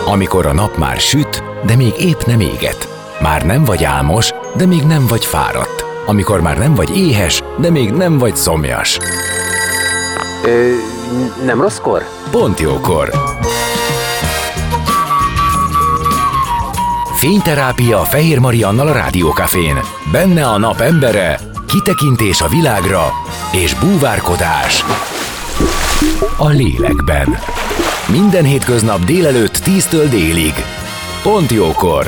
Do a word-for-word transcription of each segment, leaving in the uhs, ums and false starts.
Amikor a nap már süt, de még épp nem éget. Már nem vagy álmos, de még nem vagy fáradt. Amikor már nem vagy éhes, de még nem vagy szomjas. Ö, nem rosszkor? Pont jókor. Fényterápia Fehér Mariannal a Rádiókafén. Benne a nap embere, kitekintés a világra és búvárkodás a lélekben. Minden hétköznap délelőtt tíztől délig. Pont jókor.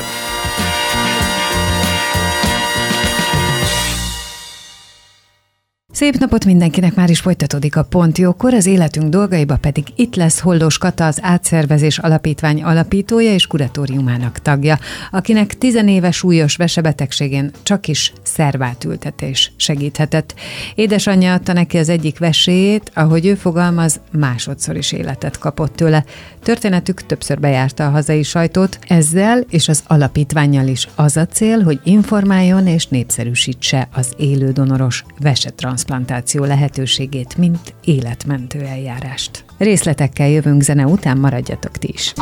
Szép napot mindenkinek, már is folytatódik a Pont jókor, az életünk dolgaiba pedig itt lesz Hollós Kata, az Átszervezés Alapítvány alapítója és kuratóriumának tagja, akinek tizenéves súlyos vesebetegségén csak is szervátültetés segíthetett. Édesanyja adta neki az egyik veséjét, ahogy ő fogalmaz, másodszor is életet kapott tőle. Történetük többször bejárta a hazai sajtót, ezzel és az alapítvánnyal is az a cél, hogy informáljon és népszerűsítse az élődonoros vesetranszplantáció lehetőségét, mint életmentő eljárást. Részletekkel jövünk zene után, maradjatok ti is!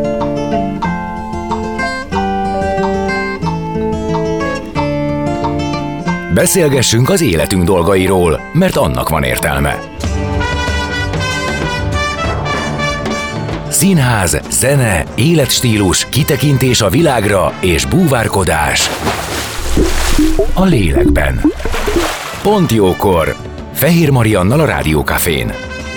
Beszélgessünk az életünk dolgairól, mert annak van értelme. Színház, zene, életstílus, kitekintés a világra és búvárkodás a lélekben. Pont jókor. Fehér Mariannal a Rádiókafén.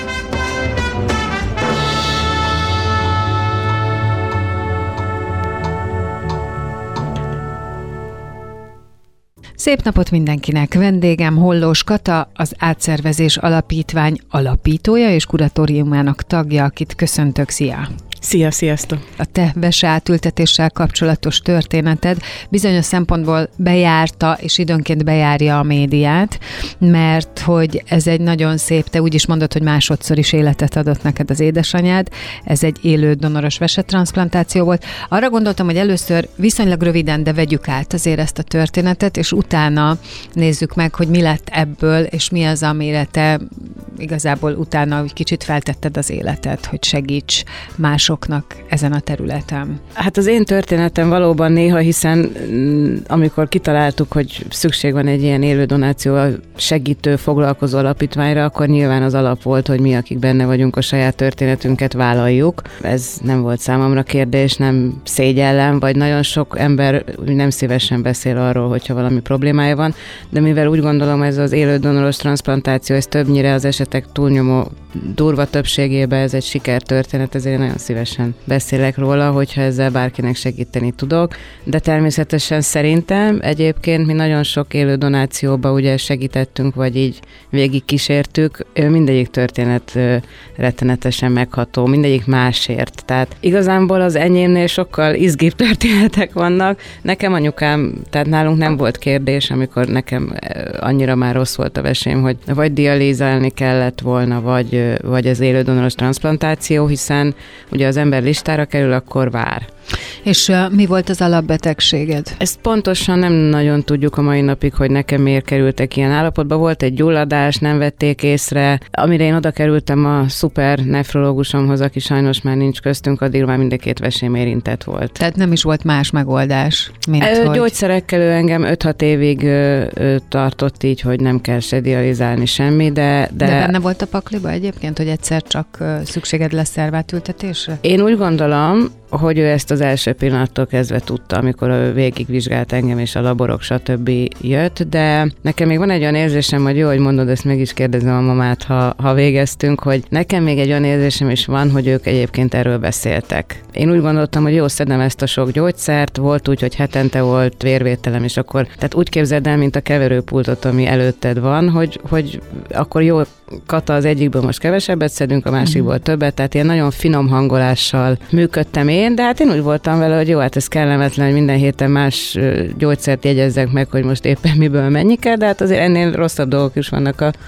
Szép napot mindenkinek! Vendégem Hollós Kata, az Átszervezés Alapítvány alapítója és kuratóriumának tagja, akit köszöntök. Szia! Szia, sziasztok! A te veseátültetéssel kapcsolatos történeted bizonyos szempontból bejárta, és időnként bejárja a médiát, mert hogy ez egy nagyon szép, te úgy is mondod, hogy másodszor is életet adott neked az édesanyád, ez egy élő donoros vesetranszplantáció volt. Arra gondoltam, hogy először viszonylag röviden, de vegyük át azért ezt a történetet, és utána nézzük meg, hogy mi lett ebből, és mi az, amire te igazából utána úgy kicsit feltetted az életet, hogy segíts másoknak ezen a területen. Hát az én történetem valóban néha, hiszen amikor kitaláltuk, hogy szükség van egy ilyen élő donációval segítő, foglalkozó alapítványra, akkor nyilván az alap volt, hogy mi, akik benne vagyunk, a saját történetünket vállaljuk. Ez nem volt számomra kérdés, nem szégyellem, vagy nagyon sok ember nem szívesen beszél arról, hogyha valami problémája van, de mivel úgy gondolom, ez az élő donoros transzplantáció, ez többnyire az esetek túlnyomó durva többségében ez egy sikertörténet, ezért nagyon szívesen beszélek róla, hogyha ezzel bárkinek segíteni tudok, de természetesen szerintem egyébként mi nagyon sok élő donációba ugye segítettünk, vagy így végig kísértük, mindegyik történet rettenetesen megható, mindegyik másért, tehát igazából az enyémnél sokkal izgibb történetek vannak. Nekem anyukám, tehát nálunk nem volt kérdés, amikor nekem annyira már rossz volt a vesém, hogy vagy dialízálni kellett volna, vagy vagy az élődonoros transzplantáció, hiszen ugye az ember listára kerül, akkor vár. És uh, mi volt az alapbetegséged? Ezt pontosan nem nagyon tudjuk a mai napig, hogy nekem miért kerültek ilyen állapotba. Volt egy gyulladás, nem vették észre. Amire én oda kerültem a szuper nefrológusomhoz, aki sajnos már nincs köztünk, addig már mind a két vesém érintett volt. Tehát nem is volt más megoldás? Mint Ö, hogy... Gyógyszerekkel ő engem öt-hat évig ö, ö, tartott így, hogy nem kell se dializálni semmi, de... De, de benne volt a pakliba egyébként, hogy egyszer csak ö, szükséged lesz szervátültetésre? Én úgy gondolom, hogy ő ezt az első pillanattól kezdve tudta, amikor ő végigvizsgált engem, és a laborok stb. Jött, de nekem még van egy olyan érzésem, hogy jó, hogy mondod, ezt meg is kérdezem a mamát, ha, ha végeztünk, hogy nekem még egy olyan érzésem is van, hogy ők egyébként erről beszéltek. Én úgy gondoltam, hogy jó, szedem ezt a sok gyógyszert, volt úgy, hogy hetente volt vérvételem, és akkor, tehát úgy képzeld el, mint a keverőpultot, ami előtted van, hogy, hogy akkor jó, Kata, az egyikből most kevesebbet szedünk, a másikból többet, tehát ilyen nagyon finom hangolással működtem én, de hát én úgy voltam vele, hogy jó, hát ez kellemetlen, hogy minden héten más gyógyszert jegyezzek meg, hogy most éppen miből mennyi kell, de hát azért ennél rosszabb dolgok is vannak a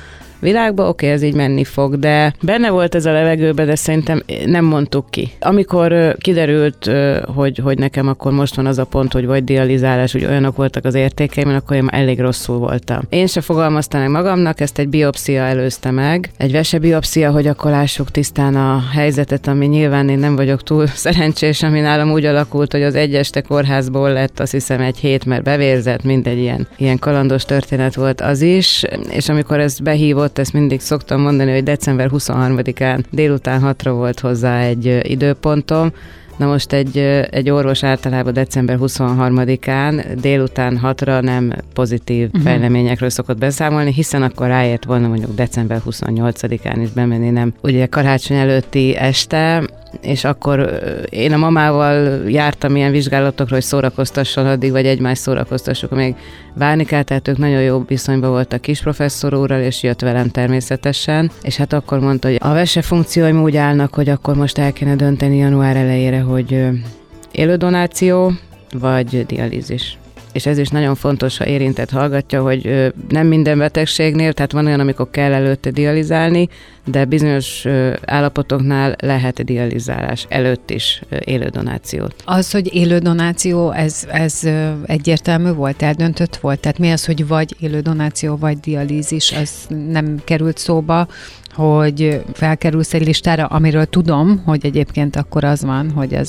világba, oké, okay, ez így menni fog, de benne volt ez a levegőbe, de szerintem nem mondtuk ki. Amikor kiderült, hogy, hogy nekem akkor most van az a pont, hogy vagy dializálás, hogy olyanok voltak az értékeim, akkor én már elég rosszul voltam. Én se fogalmaztam meg magamnak, ezt egy biopszia előzte meg, egy vesebiopszia, hogy akkor lássuk tisztán a helyzetet, ami nyilván én nem vagyok túl szerencsés, ami nálam úgy alakult, hogy az egy este kórházból lett, azt hiszem egy hét, mert bevérzett, mindegy ilyen, ilyen kalandos történet volt az is, és amikor ezt behívott, ezt mindig szoktam mondani, hogy december huszonharmadikán délután hatra volt hozzá egy időpontom. Na most egy, egy orvos általában december huszonharmadikán délután hatra nem pozitív uh-huh. fejleményekről szokott beszámolni, hiszen akkor ráért volna mondjuk december huszonnyolcadikán is bemenni, nem ugye karácsony előtti este, és akkor én a mamával jártam ilyen vizsgálatokra, hogy szórakoztasson addig, vagy egymást szórakoztassuk, még várni kell, tehát ők nagyon jó viszonyban voltak kis professzor úrral, és jött velem természetesen, és hát akkor mondta, hogy a vese funkcióim úgy állnak, hogy akkor most el kéne dönteni január elejére, hogy élő donáció, vagy dialízis. És ez is nagyon fontos, ha érintett hallgatja, hogy nem minden betegségnél, tehát van olyan, amikor kell előtte dializálni, de bizonyos állapotoknál lehet dializálás előtt is élő donációt. Az, hogy élő donáció, ez, ez egyértelmű volt, eldöntött volt? Tehát mi az, hogy vagy élő donáció, vagy dialízis, az nem került szóba, hogy felkerülsz egy listára, amiről tudom, hogy egyébként akkor az van, hogy ez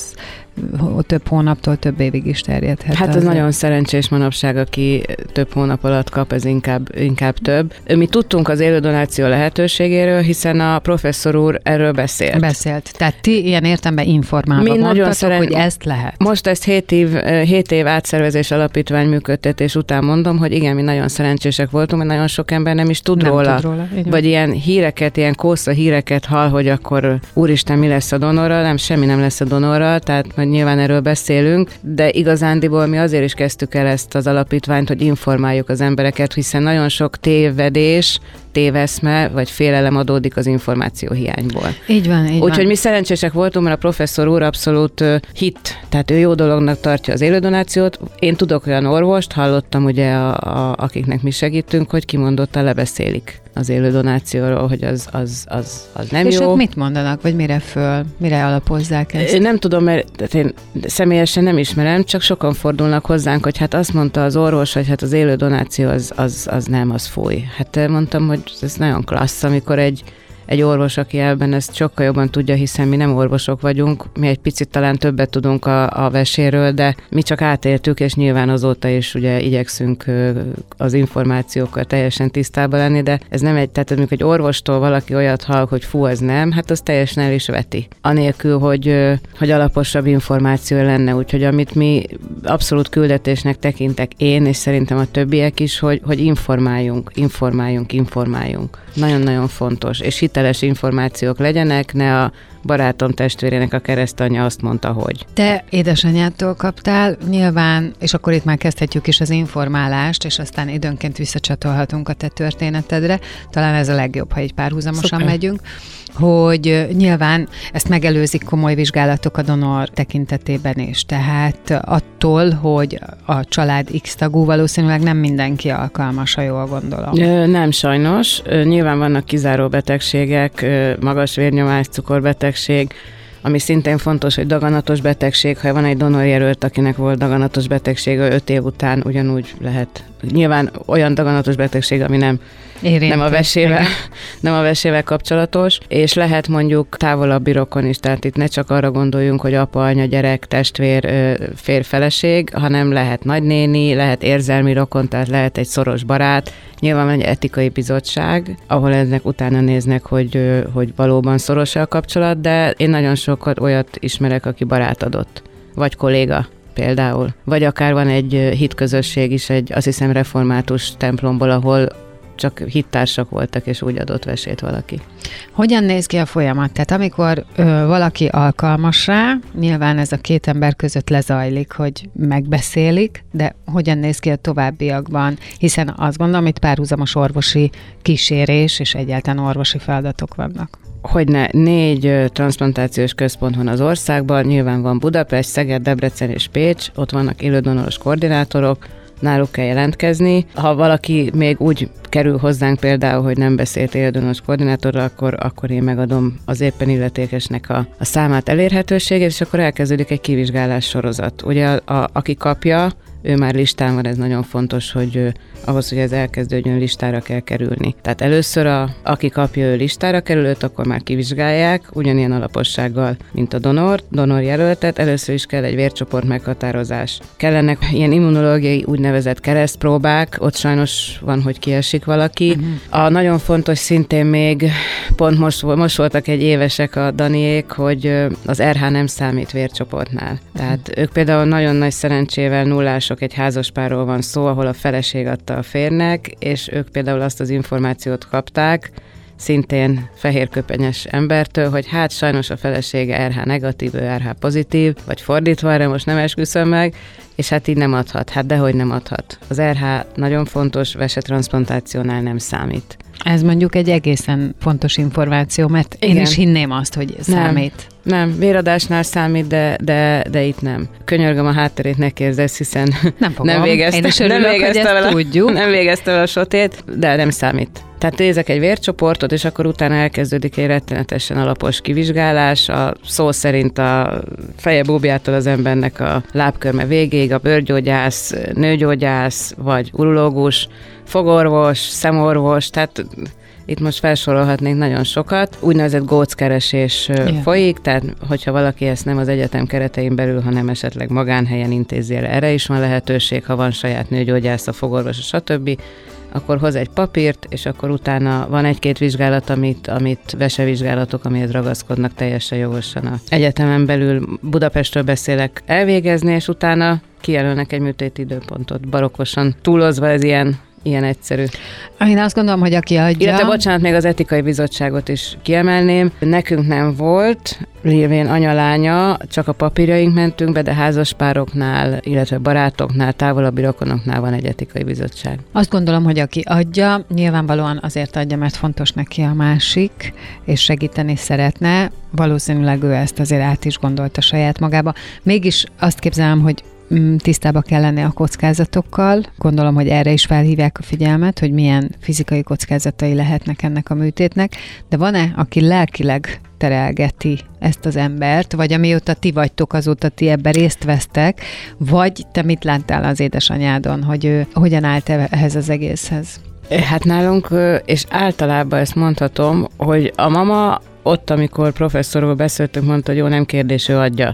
több hónaptól több évig is terjedhet. Hát ez nagyon szerencsés manapság, aki több hónap alatt kap, ez inkább, inkább több. Mi tudtunk az élő donáció lehetőségéről, hiszen a professzor úr erről beszélt. Beszélt. Tehát ti ilyen értelemben informálva mi mondtatok, szeren... hogy ezt lehet. Most ezt hét év, hét év átszervezés alapítvány működtetés után mondom, hogy igen, mi nagyon szerencsések voltunk, mert nagyon sok ember nem is tud nem róla. Tud róla. Vagy ilyen híreket, ilyen kósza híreket hall, hogy akkor úristen, mi lesz a donorral, nem, semmi nem lesz a donorral, tehát majd nyilván erről beszélünk, de igazándiból mi azért is kezdtük el ezt az alapítványt, hogy informáljuk az embereket, hiszen nagyon sok tévedés, téveszme vagy félelem adódik az információ hiányból. Így van, így Úgyhogy van. mi szerencsések voltunk, mert a professzor úr abszolút uh, hit, tehát ő jó dolognak tartja az élődonációt. Én tudok olyan orvost, hallottam ugye, a, a, akiknek mi segítünk, hogy kimondottan lebeszélik az élődonációról, hogy az, az, az, az nem és jó. És ők mit mondanak, vagy mire föl, mire alapozzák ezt? Én nem tudom, mert én személyesen nem ismerem, csak sokan fordulnak hozzánk, hogy hát azt mondta az orvos, hogy hát az élődonáció az, az, az nem, az fúj. Hát mondtam, hogy ez nagyon klassz, amikor egy egy orvos, aki ebben ezt sokkal jobban tudja, hiszen mi nem orvosok vagyunk, mi egy picit talán többet tudunk a, a veséről, de mi csak átéltük, és nyilván azóta is ugye igyekszünk az információkkal teljesen tisztában lenni, de ez nem egy, tehát amikor egy orvostól valaki olyat hall, hogy fú, ez nem, hát az teljesen el is veti. Anélkül, hogy, hogy alaposabb információ lenne, úgyhogy amit mi abszolút küldetésnek tekintek én, és szerintem a többiek is, hogy, hogy informáljunk, informáljunk, informáljunk. Nagyon-nagyon fontos, és hiteles információk legyenek, ne a barátom testvérének a keresztanyja azt mondta, hogy. Te édesanyádtól kaptál nyilván, és akkor itt már kezdhetjük is az informálást, és aztán időnként visszacsatolhatunk a te történetedre. Talán ez a legjobb, ha így párhuzamosan Szuper. megyünk, hogy nyilván ezt megelőzik komoly vizsgálatok a donor tekintetében is. Tehát attól, hogy a család X tagú, valószínűleg nem mindenki alkalmas, ha jól gondolom. Nem sajnos. Nyilván vannak kizáró betegségek, magas vérnyomás, cukorbetegség, ami szintén fontos, hogy daganatos betegség, ha van egy donorjelölt, akinek volt daganatos betegsége, öt év után ugyanúgy lehet. Nyilván olyan daganatos betegség, ami nem, nem, a vesével, nem a vesével kapcsolatos, és lehet mondjuk távolabbi rokon is, tehát itt ne csak arra gondoljunk, hogy apa, anya, gyerek, testvér, férj, feleség, hanem lehet nagynéni, lehet érzelmi rokon, tehát lehet egy szoros barát, nyilván egy etikai bizottság, ahol ennek utána néznek, hogy, hogy valóban szoros a kapcsolat, de én nagyon sokat olyat ismerek, aki barát adott, vagy kolléga például. Vagy akár van egy hitközösség is, egy azt hiszem református templomból, ahol csak hittársak voltak, és úgy adott vesét valaki. Hogyan néz ki a folyamat? Tehát amikor ö, valaki alkalmas rá, nyilván ez a két ember között lezajlik, hogy megbeszélik, de hogyan néz ki a továbbiakban? Hiszen azt gondolom, itt párhuzamos orvosi kísérés és egyáltalán orvosi feladatok vannak. Hogyne, négy ö, transzplantációs központ van az országban, nyilván van Budapest, Szeged, Debrecen és Pécs, ott vannak élődonoros koordinátorok, náluk kell jelentkezni. Ha valaki még úgy kerül hozzánk például, hogy nem beszélt élődonos koordinátorral, akkor, akkor én megadom az éppen illetékesnek a, a számát, elérhetőségét, és akkor elkezdődik egy kivizsgálás sorozat. Ugye a, a, aki kapja, ő már listán van, ez nagyon fontos, hogy ő, ahhoz, hogy ez elkezdődjön, listára kell kerülni. Tehát először, a, aki kapja, ő listára kerül, őt akkor már kivizsgálják, ugyanilyen alapossággal, mint a donor, donor jelöltet. Először is kell egy vércsoport meghatározás. Kellenek ilyen immunológiai úgynevezett keresztpróbák, ott sajnos van, hogy kiesik valaki. Uh-huh. A nagyon fontos szintén még, pont most, most voltak egy évesek a Daniék, hogy az er há nem számít vércsoportnál. Tehát uh-huh. ők például nagyon nagy szerencsével nullások, egy házaspárról van szó, ahol a feleség adta a férnek, és ők például azt az információt kapták, szintén fehérköpenyes embertől, hogy hát sajnos a felesége er há negatív, ő er há pozitív, vagy fordítva, erre most nem esküszöm meg, és hát így nem adhat. Hát dehogy nem adhat. Az er há nagyon fontos, vesetranszplantációnál nem számít. Ez mondjuk egy egészen fontos információ, mert igen. Én is hinném azt, hogy számít. Nem, nem. Véradásnál számít, de, de, de itt nem. Könyörgöm, a hátterét ne kérdezz, hiszen nem, nem végezte, Én is örülök, nem végezte hogy ezt vele, tudjuk. Nem végezte vele a sotét, de nem számít. Tehát nézek egy vércsoportot, és akkor utána elkezdődik egy rettenetesen alapos kivizsgálás, a szó szerint a feje búbjától az embernek a lábkörme végéig, a bőrgyógyász, nőgyógyász, vagy urológus, fogorvos, szemorvos, tehát itt most felsorolhatnénk nagyon sokat. Úgynevezett góckeresés yeah. folyik, tehát hogyha valaki ezt nem az egyetem keretein belül, hanem esetleg magánhelyen intézi el, erre is van lehetőség, ha van saját nőgyógyász, a fogorvos, stb., akkor hoz egy papírt, és akkor utána van egy-két vizsgálat, amit, amit vesevizsgálatok, amihez ragaszkodnak teljesen jogosan a egyetemen belül. Budapestről beszélek elvégezni, és utána kijelölnek egy műtéti időpontot. Barokkosan túlozva ez ilyen Ilyen egyszerű. Én azt gondolom, hogy aki adja... Illetve bocsánat, még az etikai bizottságot is kiemelném. Nekünk nem volt, lévén anya-lánya, csak a papírjaink mentünk be, de házaspároknál, illetve barátoknál, távolabbi rokonoknál van egy etikai bizottság. Azt gondolom, hogy aki adja, nyilvánvalóan azért adja, mert fontos neki a másik, és segíteni szeretne. Valószínűleg ő ezt azért át is gondolta saját magába. Mégis azt képzelem, hogy tisztába kell lenni a kockázatokkal. Gondolom, hogy erre is felhívják a figyelmet, hogy milyen fizikai kockázatai lehetnek ennek a műtétnek, de van-e, aki lelkileg terelgeti ezt az embert, vagy amióta ti vagytok, azóta ti ebben részt vesztek, vagy te mit láttál az édesanyádon, hogy ő hogyan állt ehhez az egészhez? Hát nálunk, és általában ezt mondhatom, hogy a mama ott, amikor professzorról beszéltünk, mondta, hogy jó, nem kérdés, ő adja.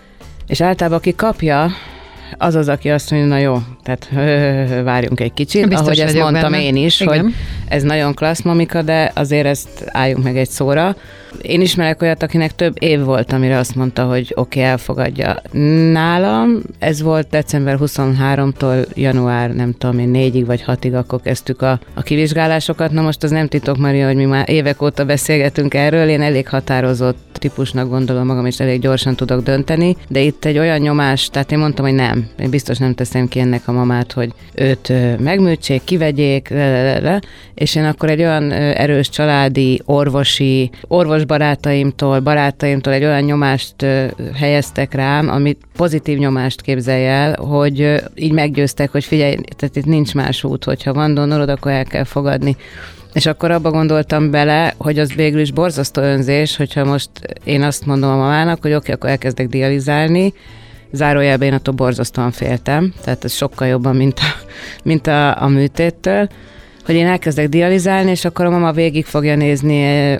És általában aki kapja, az az, aki azt mondja, na jó, tehát hö, hö, hö, várjunk egy kicsit, biztos ahogy ezt mondtam benne. Én is, igen. Hogy ez nagyon klassz, mamika, de azért ezt álljunk meg egy szóra. Én ismerek olyat, akinek több év volt, amire azt mondta, hogy oké, okay, elfogadja. Nálam ez volt december huszonharmadikától január, nem tudom én, négyig vagy hatig, akkor kezdtük a, a kivizsgálásokat. Na most az nem titok, Maria, hogy mi már évek óta beszélgetünk erről, én elég határozott típusnak gondolom magam, és elég gyorsan tudok dönteni, de itt egy olyan nyomás, tehát én mondtam, hogy nem, én biztos nem teszem ki ennek a mamát, hogy őt megműtsék, kivegyék, lelelele, és én akkor egy olyan erős családi, orvosi, orvos barátaimtól, barátaimtól egy olyan nyomást helyeztek rám, amit pozitív nyomást képzelj el, hogy így meggyőztek, hogy figyelj, tehát itt nincs más út, hogyha van donorod, akkor el kell fogadni. És akkor abba gondoltam bele, hogy az végül is borzasztó önzés, hogyha most én azt mondom a mamának, hogy oké, okay, akkor elkezdek dializálni, zárójelben én attól borzasztóan féltem, tehát ez sokkal jobban, mint a, mint a, a műtéttől, hogy én elkezdek dializálni, és akkor a mama végig fogja nézni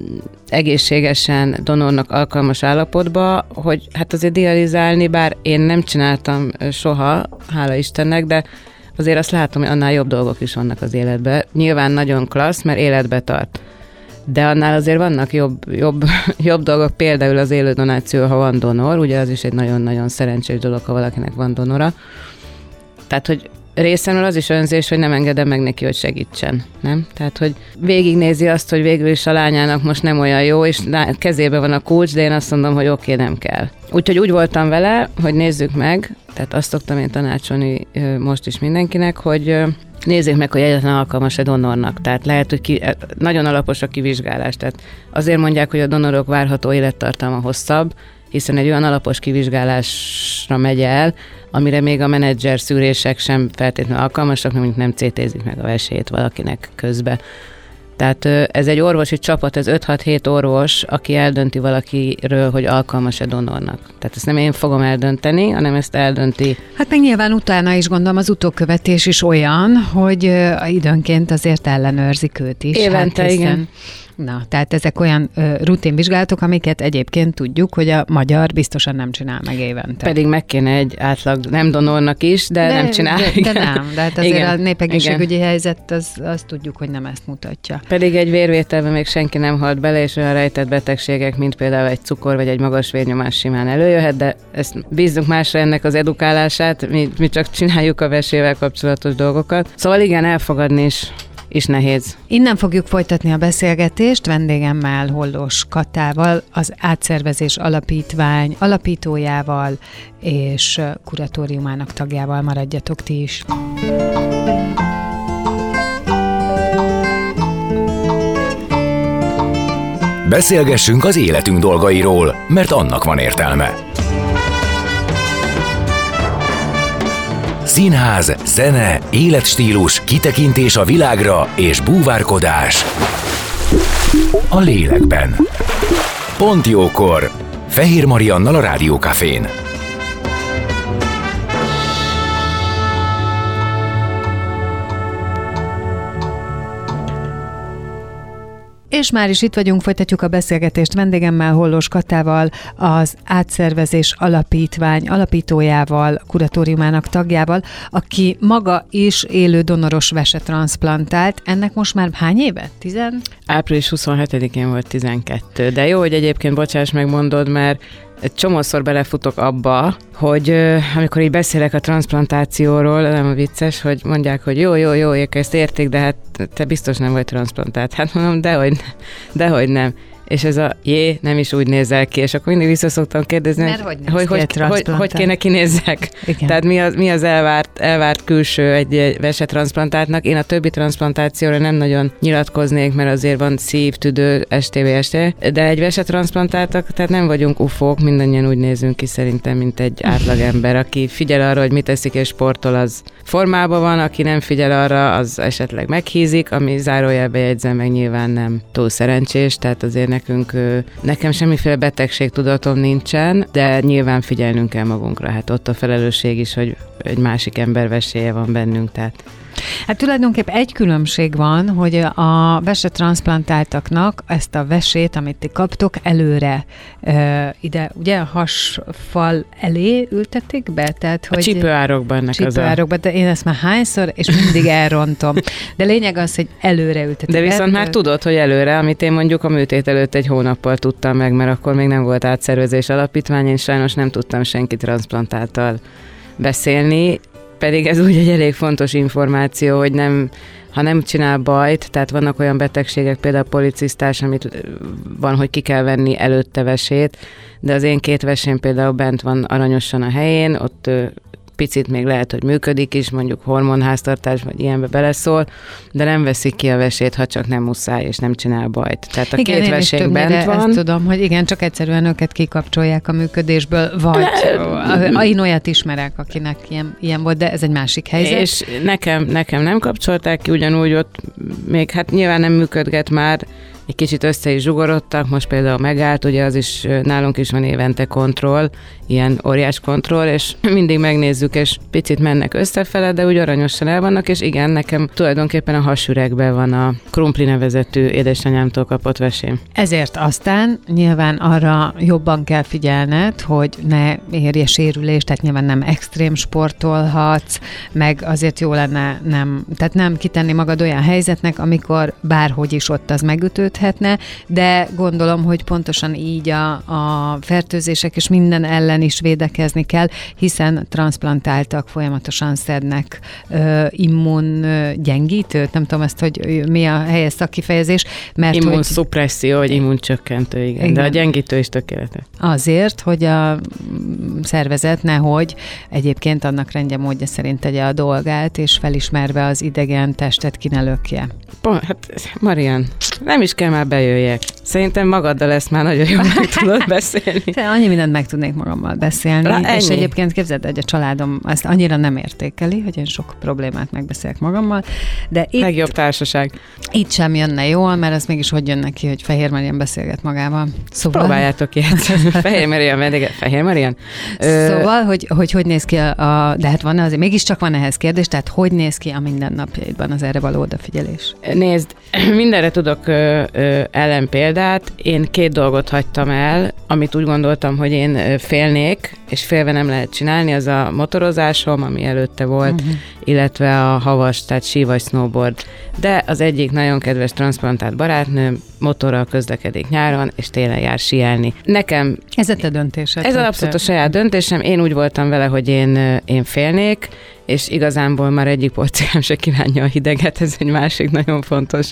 egészségesen, donornak alkalmas állapotba, hogy hát azért dializálni, bár én nem csináltam soha, hála Istennek, de azért azt látom, hogy annál jobb dolgok is vannak az életben. Nyilván nagyon klassz, mert életbe tart. De annál azért vannak jobb, jobb, jobb dolgok, például az élő donáció, ha van donor, ugye az is egy nagyon-nagyon szerencsés dolog, ha valakinek van donora. Tehát, hogy részemről az is önzés, hogy nem engedem meg neki, hogy segítsen, nem? Tehát, hogy végignézi azt, hogy végül is a lányának most nem olyan jó, és kezében van a kulcs, de én azt mondom, hogy oké, okay, nem kell. Úgyhogy úgy voltam vele, hogy nézzük meg, tehát azt szoktam én tanácsolni most is mindenkinek, hogy nézzék meg, hogy egyáltalán alkalmas-e donornak. Tehát lehet, hogy ki, nagyon alapos a kivizsgálás. Tehát azért mondják, hogy a donorok várható élettartalma hosszabb. hiszen egy olyan alapos kivizsgálásra megy el, amire még a menedzser szűrések sem feltétlenül alkalmasak, mert nem cé tézik meg a vesélyét valakinek közbe. Tehát ez egy orvosi csapat, ez öt-hat-hét orvos, aki eldönti valakiről, hogy alkalmas-e donornak. Tehát ezt nem én fogom eldönteni, hanem ezt eldönti. Hát meg nyilván utána is gondolom az utókövetés is olyan, hogy időnként azért ellenőrzik őt is. Évente, hát hiszen... igen. Na, tehát ezek olyan ö, rutinvizsgálatok, amiket egyébként tudjuk, hogy a magyar biztosan nem csinál meg évente. Pedig meg kéne egy átlag nem donornak is, de, de nem csinál. De, de nem, de hát azért igen, a népegészségügyi igen. helyzet, az, az tudjuk, hogy nem ezt mutatja. Pedig egy vérvételben még senki nem halt bele, és olyan rejtett betegségek, mint például egy cukor vagy egy magas vérnyomás simán előjöhet, de ezt bízzunk másra ennek az edukálását, mi, mi csak csináljuk a vesével kapcsolatos dolgokat. Szóval igen, elfogadni is is nehéz. Innen fogjuk folytatni a beszélgetést vendégemmel, Hollós Katával, az Átszervezés Alapítvány alapítójával és kuratóriumának tagjával. Maradjatok ti is. Beszélgessünk az életünk dolgairól, mert annak van értelme. Színház, zene, életstílus, kitekintés a világra és búvárkodás a lélekben. Pont jókor! Fehér Mariannal a Rádió Cafén. És már is itt vagyunk, folytatjuk a beszélgetést vendégemmel, Hollós Katával, az Átszervezés Alapítvány alapítójával, kuratóriumának tagjával, aki maga is élő donoros vesetranszplantált. Ennek most már hány éve? Tizen? április huszonhetedikén volt tizenkettő, de jó, hogy egyébként bocsáss megmondod, mert egy csomószor belefutok abba, hogy euh, amikor így beszélek a transzplantációról, nem a vicces, hogy mondják, hogy jó, jó, jó, ők ezt értik, de hát te biztos nem vagy transzplantált. Hát mondom, dehogy, dehogy nem. És ez a jé, nem is úgy nézel ki, és akkor mindig vissza szoktam kérdezni, Mert hogy, hogy, hogy, hogy, hogy kéne kinézzek. Igen. Tehát mi az, mi az elvárt, elvárt külső egy vesetranszplantáltnak. Én a többi transzplantációra nem nagyon nyilatkoznék, mert azért van szív, tüdő, es té vé, es té vé, de egy vesetranszplantáltak, tehát nem vagyunk ufók, mindannyian úgy nézünk ki szerintem, mint egy átlagember, aki figyel arra, hogy mit teszik és sportol, az formában van, aki nem figyel arra, az esetleg meghízik, ami zárójelbe jegyzem, meg nyilván nem túl szerencsés, tehát azért nekünk, nekem semmiféle betegségtudatom nincsen, de nyilván figyelnünk kell magunkra. Hát ott a felelősség is, hogy egy másik ember vesélye van bennünk, tehát Hát tulajdonképpen egy különbség van, hogy a vesetranszplantáltaknak ezt a vesét, amit ti kaptok, előre uh, ide, ugye a hasfal elé ültetik be? Tehát, hogy a csípőárokban ennek csípőárokban, de én ezt már hányszor, és mindig elrontom. De lényeg az, hogy előre ültetik. De viszont be, már tudod, hogy előre, amit én mondjuk a műtét előtt egy hónappal tudtam meg, mert akkor még nem volt Átszervezés Alapítvány, én sajnos nem tudtam senki transzplantáltal beszélni, pedig ez úgy egy elég fontos információ, hogy nem, ha nem csinál bajt, tehát vannak olyan betegségek, például a policisztás, amit van, hogy ki kell venni előtte vesét, de az én két vesém például bent van aranyosan a helyén, ott picit még lehet, hogy működik is, mondjuk hormonháztartás, vagy ilyenbe beleszól, de nem veszik ki a vesét, ha csak nem muszáj, és nem csinál bajt. Tehát a igen, két vesénk bent van. Ezt tudom, hogy igen, csak egyszerűen őket kikapcsolják a működésből, vagy le... én olyat ismerek, akinek ilyen, ilyen volt, de ez egy másik helyzet. És nekem, nekem nem kapcsolták ki, ugyanúgy ott még, hát nyilván nem működget már, egy kicsit össze is zsugorodtak, most például megállt, ugye az is, nálunk is van évente kontroll, ilyen óriás kontroll, és mindig megnézzük, és picit mennek összefele, de úgy aranyosan el vannak, és igen, nekem tulajdonképpen a hasüregben van a krumpli nevezetű édesanyámtól kapott vesém. Ezért aztán nyilván arra jobban kell figyelned, hogy ne érje sérülést, tehát nyilván nem extrém sportolhatsz, meg azért jó lenne nem, tehát nem kitenni magad olyan helyzetnek, amikor bárhogy is ott az megütődhetne, de gondolom, hogy pontosan így a, a fertőzések és minden ellen is védekezni kell, hiszen transzplantáltak folyamatosan szednek ö, immungyengítőt, nem tudom ezt, hogy mi a helyes szakkifejezés, mert immunszupresszió, vagy immuncsökkentő, igen, igen, de a gyengítő is tökéletes. Azért, hogy a szervezet nehogy egyébként annak rendje módja szerint tegye a dolgát, és felismerve az idegen testet ki ne lökje. Hát, Marian, nem is kell már bejöjjek. Szerintem magaddal ezt már nagyon jól meg tudod beszélni. Annyi mindent meg tudnék magammal beszélni, Rá, és ennyi. egyébként képzeld, hogy a családom ezt annyira nem értékeli, hogy én sok problémát megbeszélek magammal, de itt, Legjobb társaság. itt sem jönne jól, mert az mégis hogy jön neki, hogy Fehér Marian beszélget magával. Szóval... Próbáljátok ilyet. Fehér Marian vendége. Fehér Marian? Szóval, hogy, hogy hogy néz ki a, a... De hát van azért, mégiscsak van ehhez kérdés, tehát hogy néz ki a mindennapjaidban az erre való odafigyelés? Nézd, mindenre tudok ö, ö, ellenpéldát. Én két dolgot hagytam el, amit úgy gondoltam, hogy én félnék, és félve nem lehet csinálni, az a motorozásom, ami előtte volt, uh-huh. illetve a havas, tehát sí vagy snowboard. De az egyik nagyon kedves transzplantált barátnőm motorral közlekedik nyáron, és télen jár síelni. Nekem... Ez a te döntésed. Ez abszolút a saját döntésem. Én úgy voltam vele, hogy én, én félnék, és igazából már egyik porciám se kívánja a hideget, ez egy másik nagyon fontos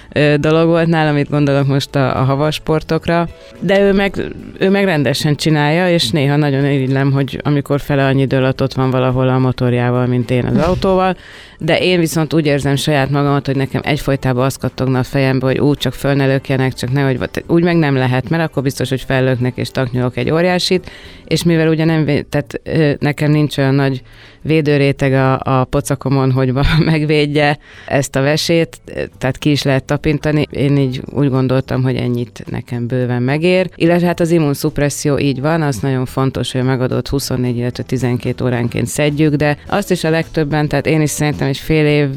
dolog volt nálam, amit gondolok most a, a havasportokra, de ő meg, ő meg rendesen csinálja, és néha nagyon irigylem, hogy amikor fele annyi idő alatt ott van valahol a motorjával, mint én az autóval, de én viszont úgy érzem saját magamat, hogy nekem egyfolytában azt kattogna a fejembe, hogy úgy csak föl ne lökjenek, csak nehogy, úgy meg nem lehet, mert akkor biztos, hogy fellöknek és taknyolok egy óriásit, és mivel ugye nem, tehát nekem nincs olyan nagy védőréteg a, a pocakomon, hogy megvédje ezt a vesét, tehát ki is lehet tapintani. Én így úgy gondoltam, hogy ennyit nekem bőven megér. Illetve hát az immunszupresszió így van, az nagyon fontos, hogy a megadott huszonnégy, illetve tizenkét óránként szedjük, de azt is a legtöbben, tehát én is szerintem egy fél év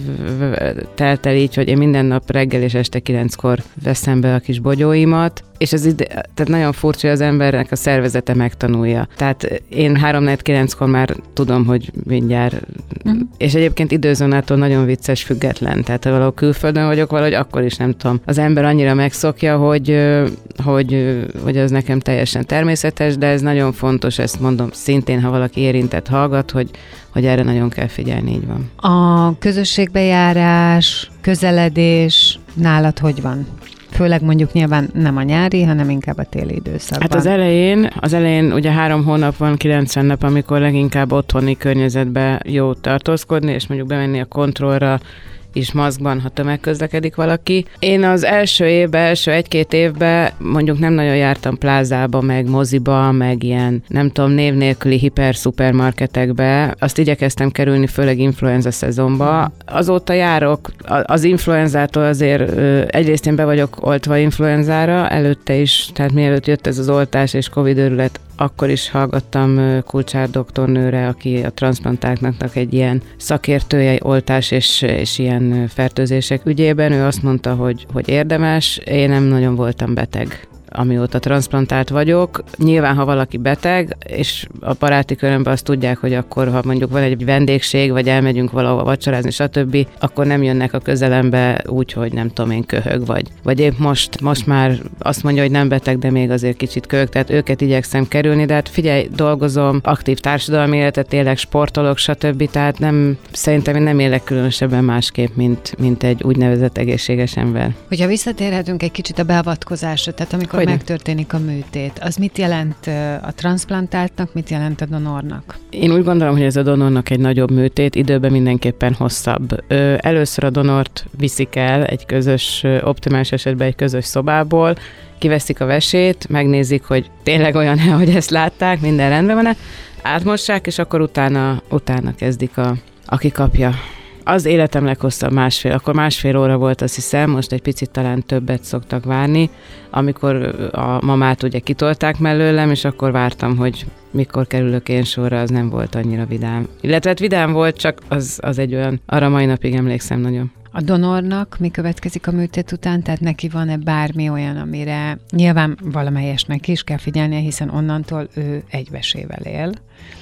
telt el így, hogy én minden nap reggel és este kilenckor veszem be a kis bogyóimat, és ez ide, tehát nagyon furcsa, hogy az embernek a szervezete megtanulja. Tehát én három negyven kilenckor már tudom, hogy mindjárt, uh-huh. és egyébként időzónától nagyon vicces, független. Tehát ha valahol külföldön vagyok valahogy, akkor is nem tudom. Az ember annyira megszokja, hogy, hogy, hogy az nekem teljesen természetes, de ez nagyon fontos, ezt mondom szintén, ha valaki érintett hallgat, hogy, hogy erre nagyon kell figyelni, így van. A közösségbejárás, közeledés nálad hogy van? Főleg mondjuk nyilván nem a nyári, hanem inkább a téli időszakban. Hát az elején, az elején ugye három hónap van, kilencven nap, amikor leginkább otthoni környezetben jó tartózkodni, és mondjuk bemenni a kontrollra is maszkban, ha tömegközlekedik valaki. Én az első évben, első egy-két évben mondjuk nem nagyon jártam plázába, meg moziba, meg ilyen, nem tudom, név nélküli hiper-szupermarketekbe. Azt igyekeztem kerülni, főleg influenza szezonba. Azóta járok, az influenzától azért egyrészt én be vagyok oltva influenzára, előtte is, tehát mielőtt jött ez az oltás és Covid őrület, akkor is hallgattam Kulcsár doktornőre, aki a transzplantáknak egy ilyen szakértője, oltás és, és ilyen fertőzések ügyében. Ő azt mondta, hogy, hogy érdemes. Én nem nagyon voltam beteg, amióta transzplantált vagyok. Nyilván, ha valaki beteg, és a baráti körömben azt tudják, hogy akkor, ha mondjuk van egy vendégség, vagy elmegyünk valahova vacsorázni, stb., akkor nem jönnek a közelembe úgy, hogy nem tudom én, köhög vagy. Vagy épp most, most már azt mondja, hogy nem beteg, de még azért kicsit köhög, tehát őket igyekszem kerülni, de hát figyelj, dolgozom, aktív társadalmi életet élek, sportolok, stb., tehát nem, szerintem én nem élek különösebben másképp, mint, mint egy úgynevezett egészséges ember. Hogyha visszatérhetünk egy kicsit a beavatkozásra, tehát amikor Hogyne. megtörténik a műtét, az mit jelent a transzplantáltnak, mit jelent a donornak? Én úgy gondolom, hogy ez a donornak egy nagyobb műtét, időben mindenképpen hosszabb. Először a donort viszik el egy közös, optimális esetben egy közös szobából, kiveszik a vesét, megnézik, hogy tényleg olyan-e, hogy ezt látták, minden rendben van-e, átmossák, és akkor utána, utána kezdik a, aki kapja. Az életem leghosszabb másfél, akkor másfél óra volt, azt hiszem, most egy picit talán többet szoktak várni, amikor a mamát ugye kitolták mellőlem, és akkor vártam, hogy mikor kerülök én sorra, az nem volt annyira vidám. Illetve hát vidám volt, csak az, az egy olyan, arra mai napig emlékszem nagyon. A donornak mi következik a műtét után? Tehát neki van-e bármi olyan, amire nyilván valamelyesnek is kell figyelnie, hiszen onnantól ő egy vesével él.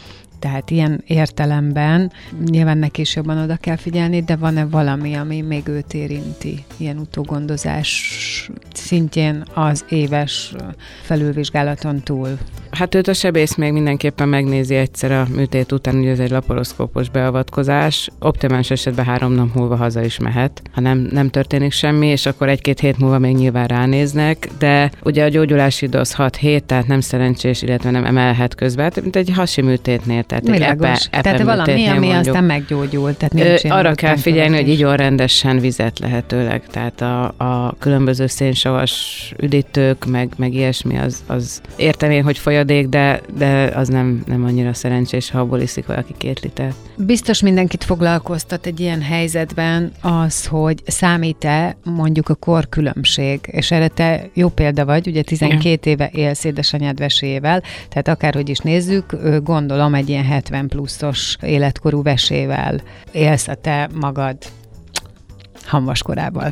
Tehát ilyen értelemben nyilván neki is jobban oda kell figyelni, de van-e valami, ami még őt érinti, ilyen utógondozás szintjén az éves felülvizsgálaton túl? Hát őt a sebész még mindenképpen megnézi egyszer a műtét után, ugye ez egy laparoszkópos beavatkozás. Optimális esetben három nap múlva haza is mehet, ha nem, nem történik semmi, és akkor egy-két hét múlva még nyilván ránéznek, de ugye a gyógyulási idő az hat hét, tehát nem szerencsés, illetve nem emelhet közben, mint egy hasi műtétnél. Tehát Világos. Epe, tehát valami, ami mondjuk, aztán meggyógyul. Tehát ö, arra kell figyelni, hogy igyon rendesen vizet lehetőleg. Tehát a, a különböző szénsavas üdítők, meg, meg ilyesmi, az, az értem én, hogy folyadék, de, de az nem, nem annyira szerencsés, ha abból iszik valaki két liter. Biztos mindenkit foglalkoztat egy ilyen helyzetben az, hogy számít-e mondjuk a korkülönbség, és erre te jó példa vagy, ugye tizenkét ja. éve élsz édesanyád vesével, tehát akárhogy is nézzük, gondolom egy ilyen hetven pluszos életkorú vesével élsz a te magad hamvaskorában.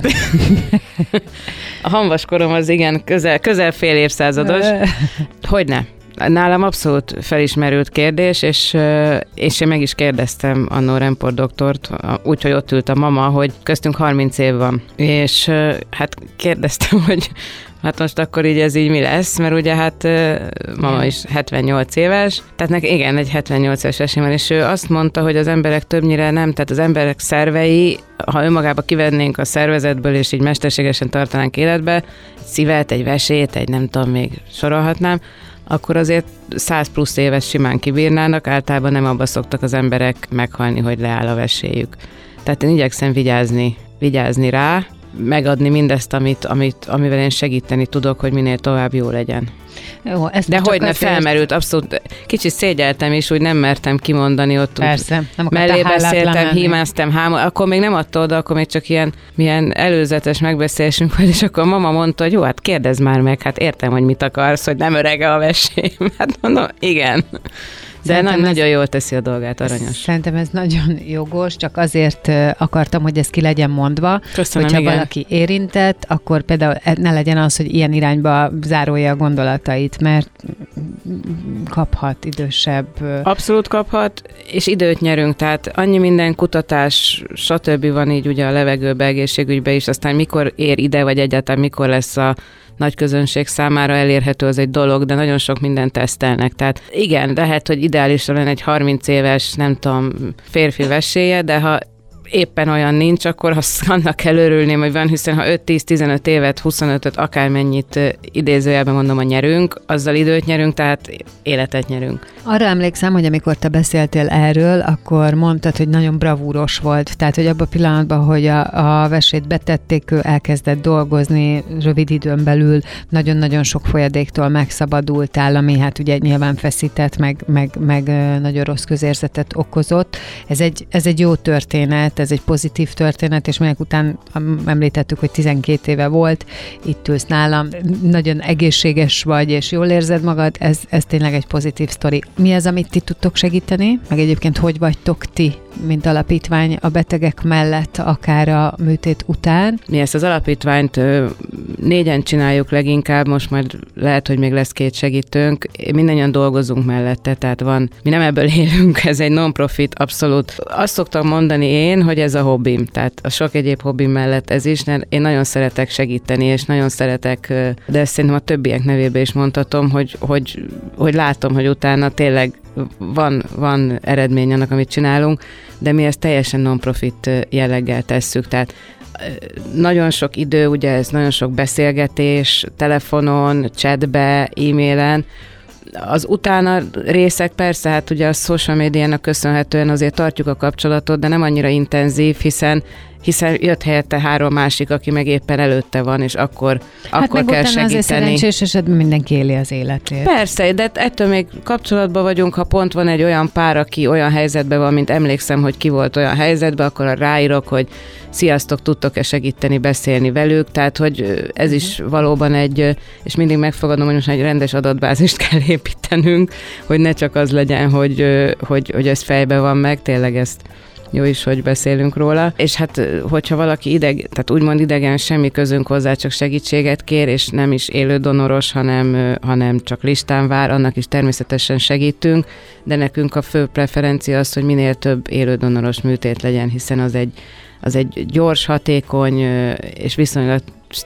A hamvaskorom az igen, közel, közel fél évszázados. Hogyne? Nálam abszolút felismerült kérdés, és, és én meg is kérdeztem annó Remport doktort, úgyhogy ott ült a mama, hogy köztünk harminc év van. És hát kérdeztem, hogy hát most akkor így ez így mi lesz, mert ugye hát mama is hetvennyolc éves, tehát neki igen, egy hetvennyolc éves esém van, és ő azt mondta, hogy az emberek többnyire nem, tehát az emberek szervei, ha önmagába kivennénk a szervezetből, és így mesterségesen tartanánk életbe, egy szívet, egy vesét, egy nem tudom, még sorolhatnám, akkor azért száz plusz éves simán kibírnának, általában nem abba szoktak az emberek meghalni, hogy leáll a veséjük. Tehát én igyekszem vigyázni, vigyázni rá, megadni mindezt, amit, amit, amivel én segíteni tudok, hogy minél tovább jó legyen. Jó, ezt de hogy ne felmerült, abszolút kicsit szégyeltem is, úgy nem mertem kimondani ott. Persze, nem mellé beszéltem, hímáztam, hámol, akkor még nem adta oda, akkor még csak ilyen milyen előzetes megbeszélésünk volt, és akkor a mama mondta, hogy jó, hát kérdezd már meg, hát értem, hogy mit akarsz, hogy nem örege a vesém. Hát mondom, igen. De szerintem nagyon ez, jól teszi a dolgát, aranyos. Szerintem ez nagyon jogos, csak azért akartam, hogy ez ki legyen mondva, Köszönöm, hogyha igen. valaki érintett, akkor például ne legyen az, hogy ilyen irányba zárolja a gondolatait, mert kaphat idősebb. Abszolút kaphat, és időt nyerünk, tehát annyi minden kutatás, stb. Van így ugye a levegőbe, egészségügybe is, aztán mikor ér ide, vagy egyáltalán mikor lesz a nagy közönség számára elérhető, az egy dolog, de nagyon sok mindent tesztelnek. Tehát igen, lehet, hogy ideális lenne egy harminc éves, nem tudom, férfi veséje, de ha éppen olyan nincs, akkor annak kell örülni, hogy van, hiszen ha öt-tíz-tizenöt évet, huszonötöt, akármennyit idézőjelben mondom, a nyerünk, azzal időt nyerünk, tehát életet nyerünk. Arra emlékszem, hogy amikor te beszéltél erről, akkor mondtad, hogy nagyon bravúros volt, tehát hogy abban a pillanatban, hogy a, a vesét betették, ő elkezdett dolgozni, rövid időn belül nagyon-nagyon sok folyadéktól megszabadultál, ami hát ugye nyilván feszített, meg, meg, meg nagyon rossz közérzetet okozott. Ez egy, ez egy jó történet, ez egy pozitív történet, és melyek után említettük, hogy tizenkét éve volt, itt ülsz nálam, nagyon egészséges vagy, és jól érzed magad, ez, ez tényleg egy pozitív sztori. Mi az, amit ti tudtok segíteni? Meg egyébként hogy vagytok ti, mint alapítvány a betegek mellett, akár a műtét után? Mi ezt az alapítványt négyen csináljuk leginkább, most majd lehet, hogy még lesz két segítőnk, mindannyian dolgozunk mellette, tehát van, mi nem ebből élünk, ez egy non-profit, abszolút. Azt szoktam mondani én, hogy ez a hobbim, tehát a sok egyéb hobbim mellett ez is, én nagyon szeretek segíteni, és nagyon szeretek, de ezt szerintem a többiek nevében is mondhatom, hogy, hogy, hogy látom, hogy utána tényleg van, van eredmény annak, amit csinálunk, de mi ezt teljesen non-profit jelleggel tesszük, tehát nagyon sok idő, ugye ez nagyon sok beszélgetés, telefonon, chatbe, e-mailen, az utána részek persze, hát ugye a social médiának köszönhetően azért tartjuk a kapcsolatot, de nem annyira intenzív, hiszen hiszen jött helyette három másik, aki meg éppen előtte van, és akkor, hát akkor kell segíteni. Hát meg szerencsés esetben mindenki éli az életét. Persze, de ettől még kapcsolatban vagyunk, ha pont van egy olyan pár, aki olyan helyzetben van, mint emlékszem, hogy ki volt olyan helyzetben, akkor ráírok, hogy sziasztok, tudtok-e segíteni, beszélni velük, tehát hogy ez is valóban egy, és mindig megfogadom, hogy most egy rendes adatbázist kell építenünk, hogy ne csak az legyen, hogy, hogy, hogy ez fejbe van meg, tényleg ezt jó is, hogy beszélünk róla. És hát, hogyha valaki ideg, tehát úgymond idegen, semmi közünk hozzá, csak segítséget kér, és nem is élő donoros, hanem, hanem csak listán vár, annak is természetesen segítünk, de nekünk a fő preferencia az, hogy minél több élő donoros műtét legyen, hiszen az egy, az egy gyors, hatékony és viszonylag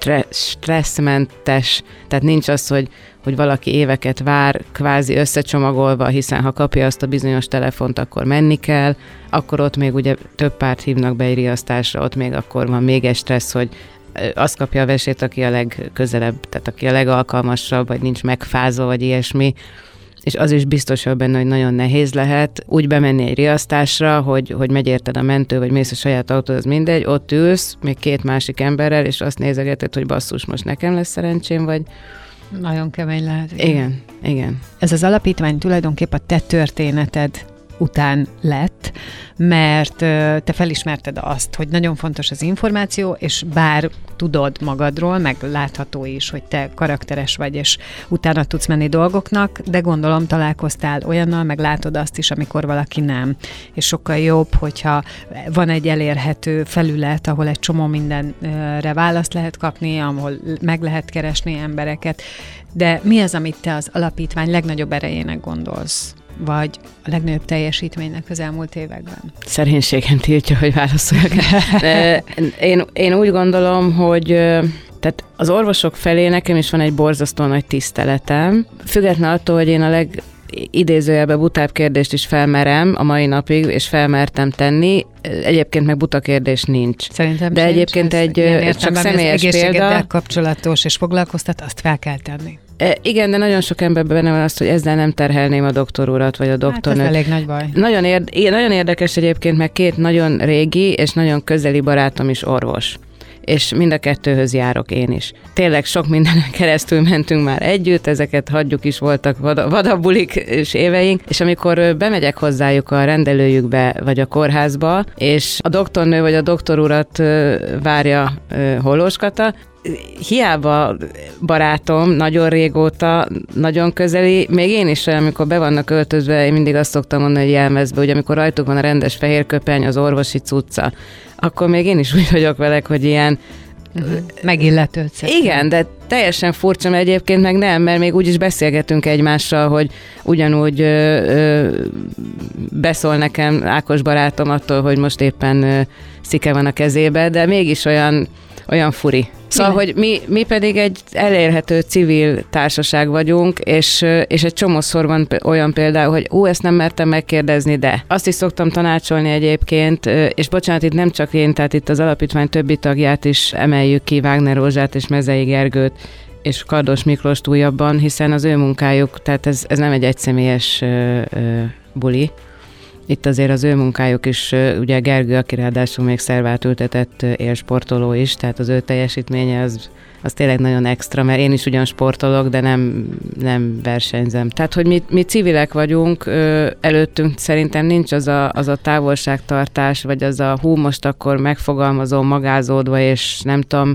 stresszmentes, tehát nincs az, hogy, hogy valaki éveket vár, kvázi összecsomagolva, hiszen ha kapja azt a bizonyos telefont, akkor menni kell, akkor ott még ugye több párt hívnak be egy riasztásra, ott még akkor van még egy stressz, hogy azt kapja a vesét, aki a legközelebb, tehát aki a legalkalmasabb, vagy nincs megfázva, vagy ilyesmi. és az is biztos benne, hogy nagyon nehéz lehet úgy bemenni egy riasztásra, hogy, hogy megy érted a mentő, vagy mész a saját autód, az mindegy, ott ülsz, még két másik emberrel, és azt nézegeted, hogy basszus, most nekem lesz szerencsém, vagy... Nagyon kemény lehet. Igen, igen. igen. Ez az alapítvány tulajdonképp a te történeted után lett, mert te felismerted azt, hogy nagyon fontos az információ, és bár tudod magadról, meg látható is, hogy te karakteres vagy, és utána tudsz menni dolgoknak, de gondolom találkoztál olyannal, meg látod azt is, amikor valaki nem. És sokkal jobb, hogyha van egy elérhető felület, ahol egy csomó mindenre választ lehet kapni, ahol meg lehet keresni embereket. De mi az, amit te az alapítvány legnagyobb erejének gondolsz? Vagy a legnagyobb teljesítménynek az elmúlt években? Szerénységem tiltja, hogy válaszoljak. én, én úgy gondolom, hogy tehát az orvosok felé nekem is van egy borzasztó nagy tiszteletem. Függetlenül attól, hogy én a leg idézőjelben butább kérdést is felmerem a mai napig, és felmertem tenni. Egyébként meg buta kérdés nincs. Szerintem de egyébként egy, egy csak személyes példa. Kapcsolatos és foglalkoztat, azt fel kell tenni. Igen, de nagyon sok emberben benne van azt, hogy ezzel nem terhelném a doktor urat, vagy a doktornőt. Hát ez elég nagy baj. Nagyon, érd- nagyon érdekes egyébként, meg két nagyon régi és nagyon közeli barátom is orvos. És mind a kettőhöz járok én is. Tényleg sok mindenen keresztül mentünk már együtt, ezeket hagyjuk is, voltak vadabulik és éveink, és amikor bemegyek hozzájuk a rendelőjükbe, vagy a kórházba, és a doktornő vagy a doktor urat várja Hollós Kata, hiába barátom, nagyon régóta, nagyon közeli, még én is, amikor be vannak öltözve, én mindig azt szoktam mondani, hogy jelmezbe, hogy amikor rajtuk van a rendes fehér köpeny, az orvosi cucca, akkor még én is úgy vagyok velek, hogy ilyen uh-huh. megilletődsz. Igen, de teljesen furcsa, mert egyébként meg nem, mert még úgy is beszélgetünk egymással, hogy ugyanúgy ö, ö, beszól nekem Ákos barátom attól, hogy most éppen ö, szike van a kezébe, de mégis olyan, olyan furi. Szóval, hogy mi, mi pedig egy elérhető civil társaság vagyunk, és, és egy csomószor van olyan például, hogy ú, ezt nem mertem megkérdezni, de azt is szoktam tanácsolni egyébként, és bocsánat, itt nem csak én, tehát itt az alapítvány többi tagját is emeljük ki, Wagner Rózsát és Mezei Gergőt, és Kardos Miklóst újabban, hiszen az ő munkájuk, tehát ez, ez nem egy egyszemélyes ö, ö, buli. Itt azért az ő munkájuk is, ugye Gergő, aki ráadásul még szervát ültetett élsportoló is, tehát az ő teljesítménye az, az tényleg nagyon extra, mert én is ugyan sportolok, de nem, nem versenyzem. Tehát, hogy mi, mi civilek vagyunk, előttünk szerintem nincs az a, az a távolságtartás, vagy az a hú, most akkor megfogalmazom magázódva, és nem tudom,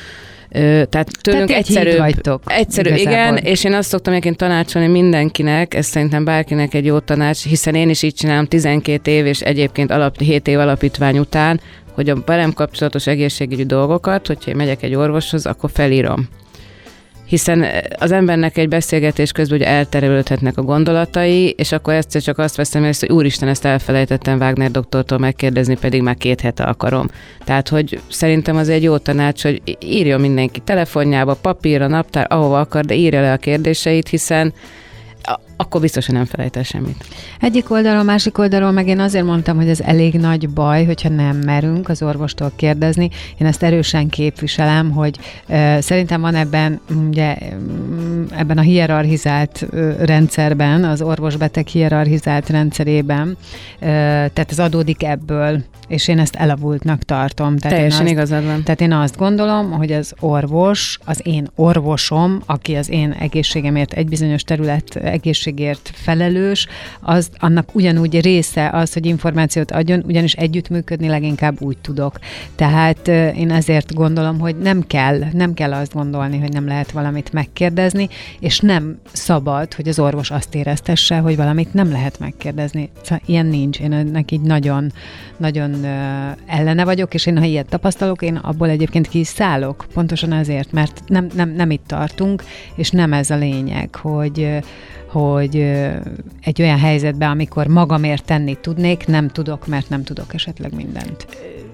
Ö, tehát tőlünk tehát egyszerűbb, vagytok, egyszerű, igen, és én azt szoktam egyébként tanácsolni mindenkinek, ez szerintem bárkinek egy jó tanács, hiszen én is így csinálom tizenkét év, és egyébként alap, hét év alapítvány után, hogy a velem kapcsolatos egészségügyi dolgokat, hogyha én megyek egy orvoshoz, akkor felírom. Hiszen az embernek egy beszélgetés közben ugye elterülődhetnek a gondolatai, és akkor egyszer csak azt veszem észre, hogy úristen, ezt elfelejtettem Wagner doktortól megkérdezni, pedig már két hete akarom. Tehát, hogy szerintem az egy jó tanács, hogy írjon mindenki telefonjába, papírra, naptár, ahova akar, de írja le a kérdéseit, hiszen akkor biztosan nem felejt el semmit. Egyik oldalon, másik oldalon meg én azért mondtam, hogy ez elég nagy baj, hogyha nem merünk az orvostól kérdezni. Én ezt erősen képviselem, hogy uh, szerintem van ebben, ugye, ebben a hierarchizált uh, rendszerben, az orvos-beteg hierarchizált rendszerében, uh, tehát ez adódik ebből, és én ezt elavultnak tartom. Tehát Teljesen azt, igazad van. Tehát én azt gondolom, hogy az orvos, az én orvosom, aki az én egészségemért egy bizonyos terület egészségért felelős, az annak ugyanúgy része az, hogy információt adjon, ugyanis együttműködni leginkább úgy tudok. Tehát én ezért gondolom, hogy nem kell, nem kell azt gondolni, hogy nem lehet valamit megkérdezni, és nem szabad, hogy az orvos azt éreztesse, hogy valamit nem lehet megkérdezni. Szóval ilyen nincs. Én ennek így nagyon, nagyon ellene vagyok, és én, ha ilyet tapasztalok, én abból egyébként ki is szállok. Pontosan ezért, mert nem, nem, nem itt tartunk, és nem ez a lényeg, hogy hogy egy olyan helyzetben, amikor magamért tenni tudnék, nem tudok, mert nem tudok esetleg mindent.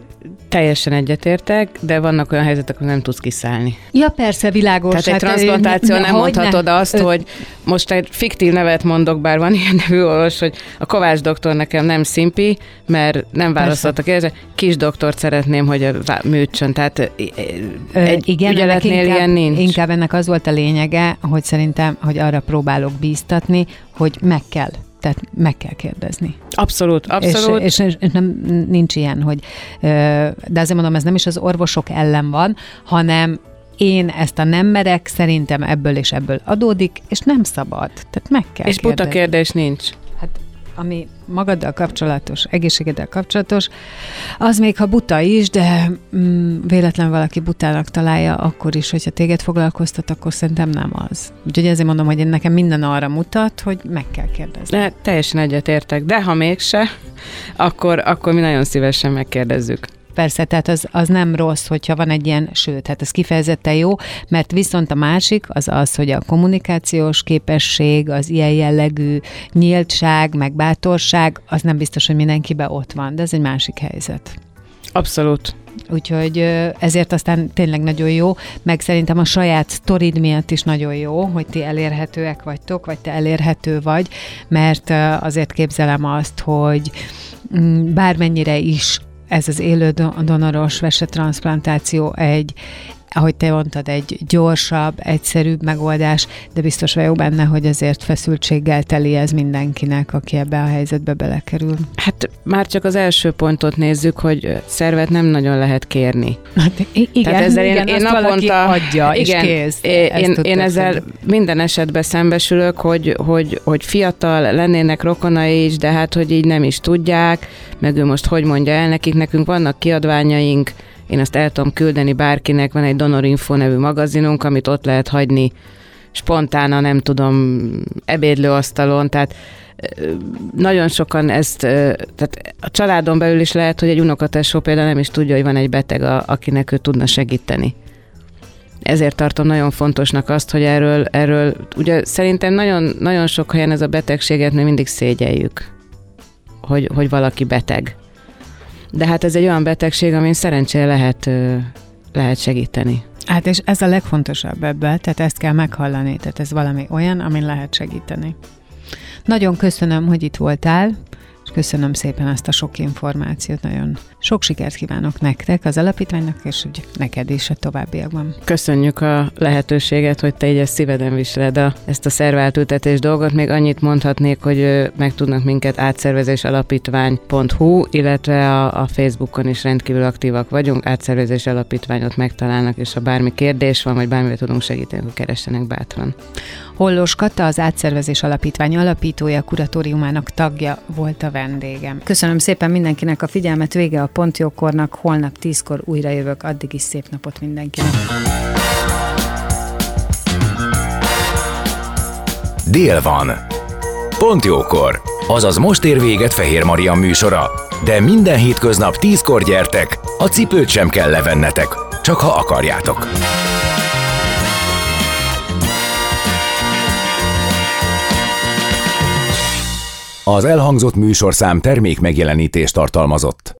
Teljesen egyetértek, de vannak olyan helyzetek, hogy nem tudsz kiszállni. Ja, persze, világos. Tehát egy hát, transzplantáció nem mondhatod ne? azt, hogy most egy fiktív nevet mondok, bár van ilyen nevű orvos, hogy a Kovács doktor nekem nem szimpi, mert nem válaszoltak érte. Kis doktort szeretném, hogy műtsön. Tehát egy igen, ügyeletnél inkább, ilyen nincs. Inkább ennek az volt a lényege, hogy szerintem, hogy arra próbálok bíztatni, hogy meg kell. Tehát meg kell kérdezni. Abszolút, abszolút. És, és, és nem, nincs ilyen, hogy, de azért mondom, ez nem is az orvosok ellen van, hanem én ezt a nem merek, szerintem ebből és ebből adódik, és nem szabad. Tehát meg kell És kérdezni. buta kérdés nincs. Hát ami magaddal kapcsolatos, egészségeddel kapcsolatos, az még ha buta is, de mm, véletlen valaki butának találja, akkor is, hogyha téged foglalkoztat, akkor szerintem nem az. Úgyhogy ezért mondom, hogy én nekem minden arra mutat, hogy meg kell kérdezni. De teljesen egyetértek, de ha mégse, akkor, akkor mi nagyon szívesen megkérdezzük. Persze, tehát az, az nem rossz, hogyha van egy ilyen, sőt, hát ez kifejezetten jó, mert viszont a másik az az, hogy a kommunikációs képesség, az ilyen jellegű nyíltság, meg bátorság, az nem biztos, hogy mindenkiben ott van, de ez egy másik helyzet. Abszolút. Úgyhogy ezért aztán tényleg nagyon jó, meg szerintem a saját sztorid miatt is nagyon jó, hogy ti elérhetőek vagytok, vagy te elérhető vagy, mert azért képzelem azt, hogy bármennyire is ez az élő donoros vesetranszplantáció egy, ahogy te mondtad, egy gyorsabb, egyszerűbb megoldás, de biztos vagyok benne, hogy azért feszültséggel teli ez mindenkinek, aki ebbe a helyzetbe belekerül. Hát már csak az első pontot nézzük, hogy szervet nem nagyon lehet kérni. Hát igen, Tehát ezzel igen, én, én naponta adja, igen, és kész. Én, én ezzel hogy... minden esetben szembesülök, hogy, hogy, hogy fiatal lennének rokonai is, de hát, hogy így nem is tudják, meg ő most hogy mondja el nekik, nekünk vannak kiadványaink, én azt el tudom küldeni bárkinek, van egy Donorinfo nevű magazinunk, amit ott lehet hagyni spontána, nem tudom, ebédlőasztalon, tehát nagyon sokan ezt, tehát a családon belül is lehet, hogy egy unokatesó például nem is tudja, hogy van egy beteg, a, akinek ő tudna segíteni. Ezért tartom nagyon fontosnak azt, hogy erről, erről ugye szerintem nagyon, nagyon sok helyen ez a betegséget még mindig szégyeljük, hogy, hogy valaki beteg. De hát ez egy olyan betegség, amin szerencsére lehet, lehet segíteni. Hát és ez a legfontosabb ebben, tehát ezt kell meghallani, tehát ez valami olyan, amin lehet segíteni. Nagyon köszönöm, hogy itt voltál, és köszönöm szépen ezt a sok információt, nagyon sok sikert kívánok nektek, az alapítványnak, és úgy neked is a továbbiakban. Köszönjük a lehetőséget, hogy te így ezt szíveden viseled a, ezt a szerváltültetés dolgot. Még annyit mondhatnék, hogy meg tudnak minket átszervezésalapítvány pont hu, illetve a, a Facebookon is rendkívül aktívak vagyunk, Átszervezés Alapítványot megtalálnak, és ha bármi kérdés van, vagy bármivel tudunk segíteni, akkor keressenek bátran. Hollós Kata, az Átszervezés Alapítvány alapítója, kuratóriumának tagja volt a vendégem. Köszönöm szépen mindenkinek a figyelmet, vége a Pont Jókornak, holnap tízkor újra jövök, addig is szép napot mindenkinek. Dél van. Pont Jókor. Azaz most ér véget Fehér Marian műsora. De minden hétköznap tízkor gyertek, a cipőt sem kell levennetek, csak ha akarjátok. Az elhangzott műsorszám termék megjelenítést tartalmazott.